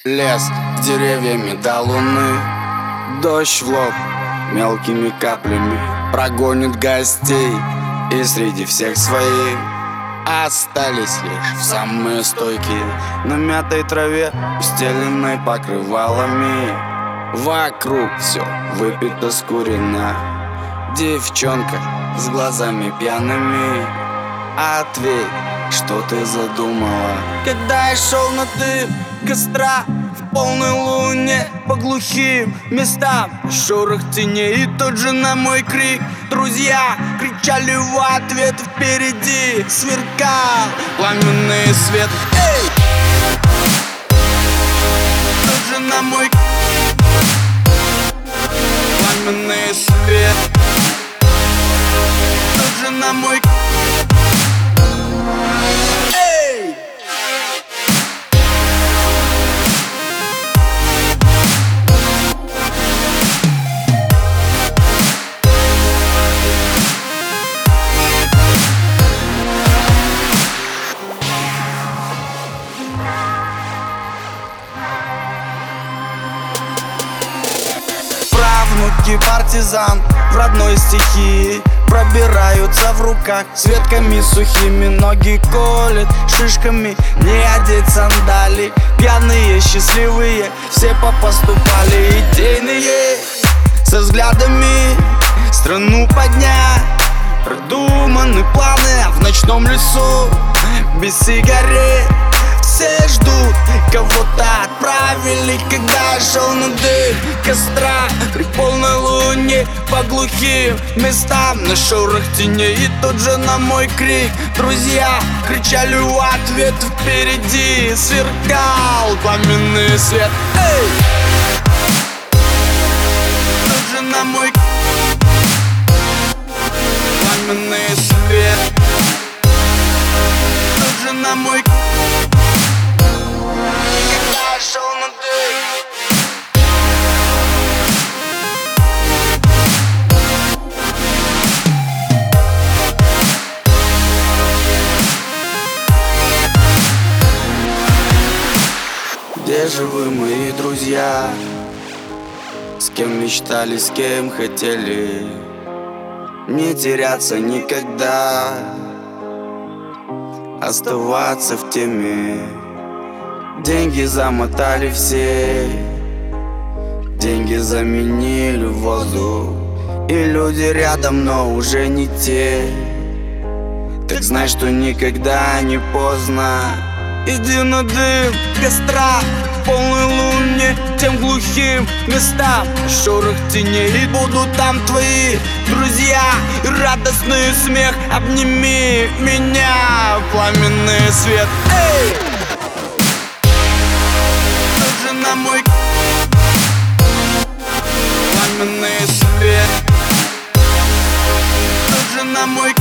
Лес с деревьями до луны, дождь в лоб мелкими каплями прогонит гостей, и среди всех своих остались лишь самые стойкие на мятой траве, устеленной покрывалами. Вокруг все выпито, скурено. Девчонка с глазами пьяными, ответь, что ты задумала? Когда я шел на дым костра в полной луне по глухим местам, шорох теней и тот же на мой крик друзья кричали в ответ. Впереди сверкал пламенный свет. Эй! Тот же на мой пламенный свет. Тот же на мой. Правнуки партизан в родной стихии пробираются в руках с ветками сухими. Ноги колет шишками, не одеть сандали. Пьяные, счастливые, все попоступали. Идейные, со взглядами страну поднять. Продуманы планы в ночном лесу без сигарет. Все ждут, кого-то отправили. Когда я шел на дым костра при полной луне по глухим местам, на шорох теней и тот же на мой крик друзья кричали в ответ. Впереди сверкал пламенный свет. Эй! Тот же на мой пламенный свет. Тот же на мой. Где же вы, мои друзья? С кем мечтали, с кем хотели не теряться никогда, оставаться в теме. Деньги замотали все, деньги заменили воздух, и люди рядом, но уже не те. Так знай, что никогда не поздно. Иди на дым костра в полной луне тем глухим местам, шорох теней, и будут там твои друзья и радостный смех. Обними меня, пламенный свет. Эй! Тот же на мой пламенный свет. Тот же на мой.